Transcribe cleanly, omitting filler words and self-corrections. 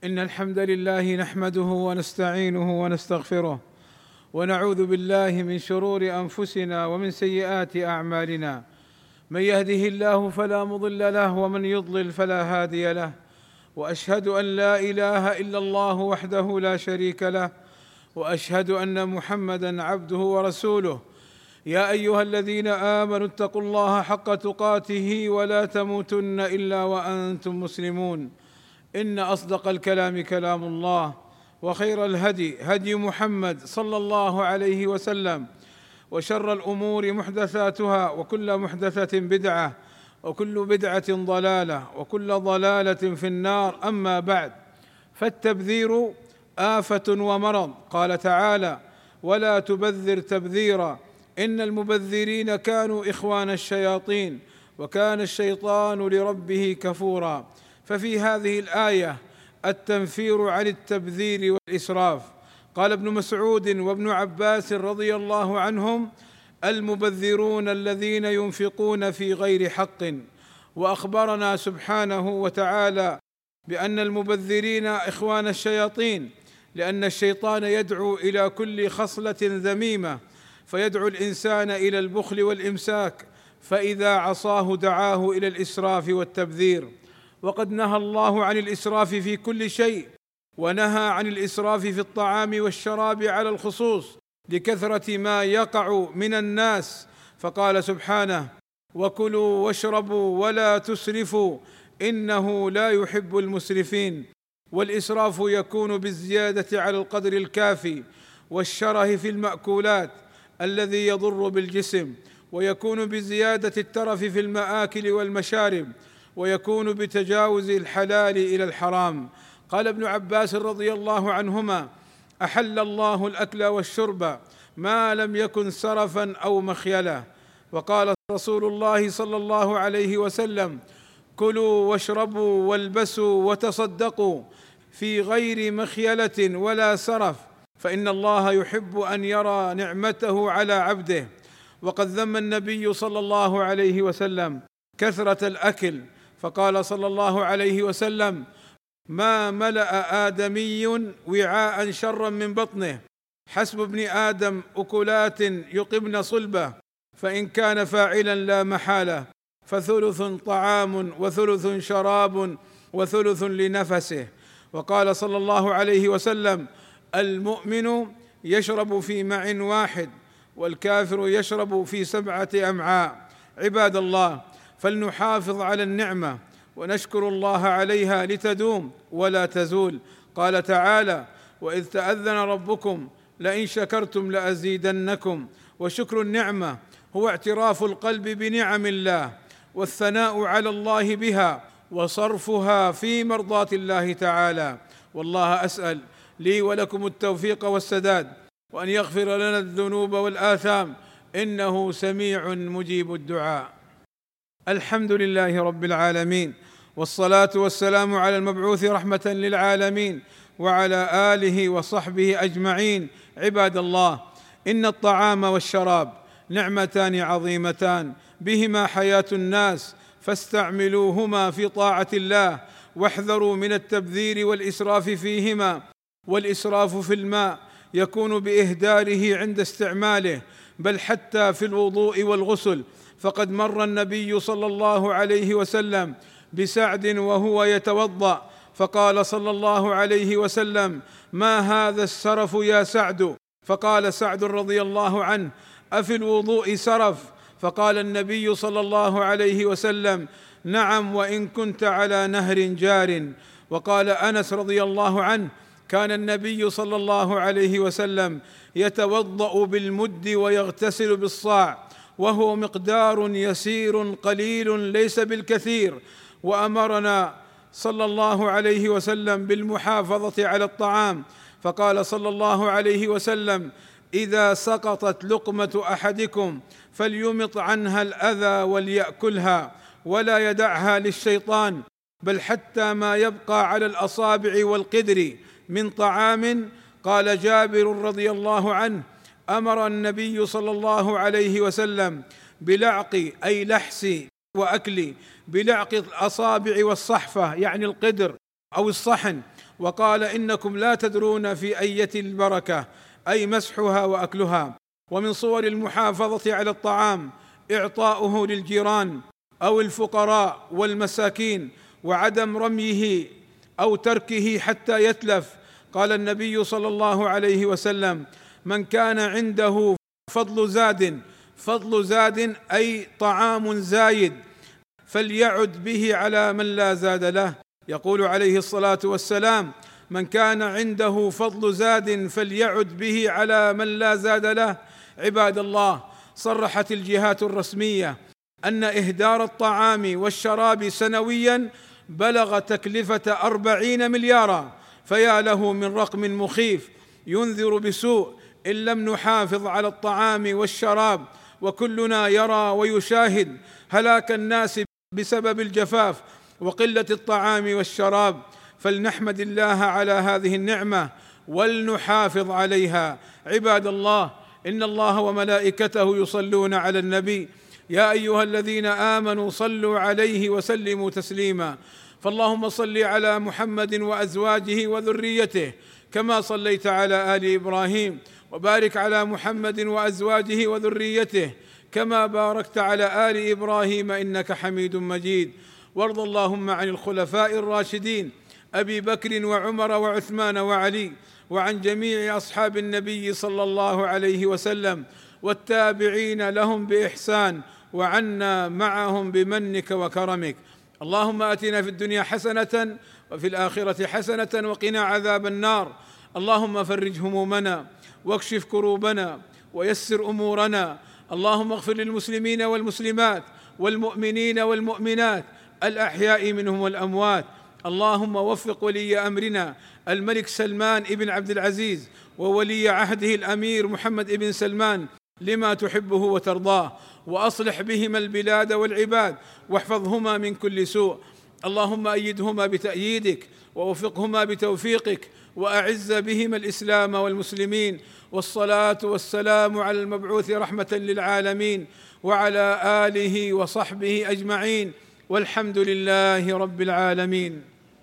إن الحمد لله نحمده ونستعينه ونستغفره ونعوذ بالله من شرور أنفسنا ومن سيئات أعمالنا. من يهده الله فلا مضل له ومن يضلل فلا هادي له، وأشهد أن لا إله إلا الله وحده لا شريك له، وأشهد أن محمدًا عبده ورسوله. يا أيها الذين آمنوا اتقوا الله حق تقاته ولا تموتن إلا وأنتم مسلمون. إن أصدق الكلام كلام الله، وخير الهدي هدي محمد صلى الله عليه وسلم، وشر الأمور محدثاتها، وكل محدثة بدعة، وكل بدعة ضلالة، وكل ضلالة في النار. أما بعد، فالتبذير آفة ومرض. قال تعالى: ولا تبذر تبذيرا إن المبذرين كانوا إخوان الشياطين وكان الشيطان لربه كفورا. ففي هذه الآية التنفير عن التبذير والإسراف. قال ابن مسعود وابن عباس رضي الله عنهم: المبذرون الذين ينفقون في غير حق. وأخبرنا سبحانه وتعالى بأن المبذرين إخوان الشياطين، لأن الشيطان يدعو إلى كل خصلة ذميمة، فيدعو الإنسان إلى البخل والإمساك، فإذا عصاه دعاه إلى الإسراف والتبذير. وقد نهى الله عن الإسراف في كل شيء، ونهى عن الإسراف في الطعام والشراب على الخصوص لكثرة ما يقع من الناس، فقال سبحانه: وكلوا واشربوا ولا تسرفوا إنه لا يحب المسرفين. والإسراف يكون بالزيادة على القدر الكافي، والشره في المأكولات الذي يضر بالجسم، ويكون بزيادة الترف في المآكل والمشارب، ويكون بتجاوز الحلال إلى الحرام. قال ابن عباس رضي الله عنهما: أحل الله الأكل والشرب ما لم يكن سرفا أو مخيلة. وقال رسول الله صلى الله عليه وسلم: كلوا واشربوا والبسوا وتصدقوا في غير مخيلة ولا سرف، فإن الله يحب أن يرى نعمته على عبده. وقد ذم النبي صلى الله عليه وسلم كثرة الأكل، فقال صلى الله عليه وسلم: ما ملأ آدمي وعاء شرا من بطنه، حسب ابن آدم أكلات يقبن صلبه، فإن كان فاعلا لا محالة، فثلث طعام وثلث شراب وثلث لنفسه. وقال صلى الله عليه وسلم: المؤمن يشرب في معٍ واحد، والكافر يشرب في 7 أمعاء. عباد الله، فلنحافظ على النعمة ونشكر الله عليها لتدوم ولا تزول. قال تعالى: وإذ تأذن ربكم لئن شكرتم لأزيدنكم. وشكر النعمة هو اعتراف القلب بنعم الله، والثناء على الله بها، وصرفها في مرضاة الله تعالى. والله أسأل لي ولكم التوفيق والسداد، وأن يغفر لنا الذنوب والآثام، إنه سميع مجيب الدعاء. الحمد لله رب العالمين، والصلاة والسلام على المبعوث رحمة للعالمين، وعلى آله وصحبه أجمعين. عباد الله، إن الطعام والشراب نعمتان عظيمتان بهما حياة الناس، فاستعملوهما في طاعة الله، واحذروا من التبذير والإسراف فيهما. والإسراف في الماء يكون بإهداره عند استعماله، بل حتى في الوضوء والغسل. فقد مر النبي صلى الله عليه وسلم بسعد وهو يتوضأ، فقال صلى الله عليه وسلم: ما هذا السرف يا سعد؟ فقال سعد رضي الله عنه: أفي الوضوء سرف؟ فقال النبي صلى الله عليه وسلم: نعم، وإن كنت على نهر جار. وقال أنس رضي الله عنه: كان النبي صلى الله عليه وسلم يتوضأ بالمد ويغتسل بالصاع، وهو مقدار يسير قليل ليس بالكثير. وأمرنا صلى الله عليه وسلم بالمحافظة على الطعام، فقال صلى الله عليه وسلم: إذا سقطت لقمة أحدكم فليمط عنها الأذى وليأكلها، ولا يدعها للشيطان، بل حتى ما يبقى على الأصابع والقدر من طعام. قال جابر رضي الله عنه: أمر النبي صلى الله عليه وسلم بلعق، أي لحس وأكل، بلعق الأصابع والصحفة يعني القدر أو الصحن، وقال: إنكم لا تدرون في أية البركة، أي مسحها وأكلها. ومن صور المحافظة على الطعام إعطاؤه للجيران أو الفقراء والمساكين، وعدم رميه أو تركه حتى يتلف. قال النبي صلى الله عليه وسلم: من كان عنده فضل زاد أي طعام زايد فليعد به على من لا زاد له. يقول عليه الصلاة والسلام: من كان عنده فضل زاد فليعد به على من لا زاد له. عباد الله، صرحت الجهات الرسمية أن إهدار الطعام والشراب سنويا بلغ تكلفة 40 مليارا، فيا له من رقم مخيف ينذر بسوء إن لم نحافظ على الطعام والشراب. وكلنا يرى ويشاهد هلاك الناس بسبب الجفاف وقلة الطعام والشراب، فلنحمد الله على هذه النعمة ولنحافظ عليها. عباد الله، إن الله وملائكته يصلون على النبي، يا أيها الذين آمنوا صلوا عليه وسلموا تسليما. فاللهم صل على محمد وأزواجه وذريته كما صليت على آل إبراهيم، وبارك على محمد وأزواجه وذريته كما باركت على آل إبراهيم إنك حميد مجيد. وارض اللهم عن الخلفاء الراشدين أبي بكر وعمر وعثمان وعلي، وعن جميع أصحاب النبي صلى الله عليه وسلم، والتابعين لهم بإحسان، وعنا معهم بمنك وكرمك. اللهم آتنا في الدنيا حسنة وفي الآخرة حسنة وقنا عذاب النار. اللهم فرج همومنا واكشف كروبنا ويسر أمورنا. اللهم اغفر للمسلمين والمسلمات والمؤمنين والمؤمنات الأحياء منهم والأموات. اللهم وفق ولي أمرنا الملك سلمان بن عبد العزيز وولي عهده الأمير محمد بن سلمان لما تحبه وترضاه، وأصلح بهما البلاد والعباد، واحفظهما من كل سوء. اللهم أيدهما بتأييدك، ووفقهما بتوفيقك، وأعز بهما الإسلام والمسلمين. والصلاة والسلام على المبعوث رحمة للعالمين وعلى آله وصحبه أجمعين، والحمد لله رب العالمين.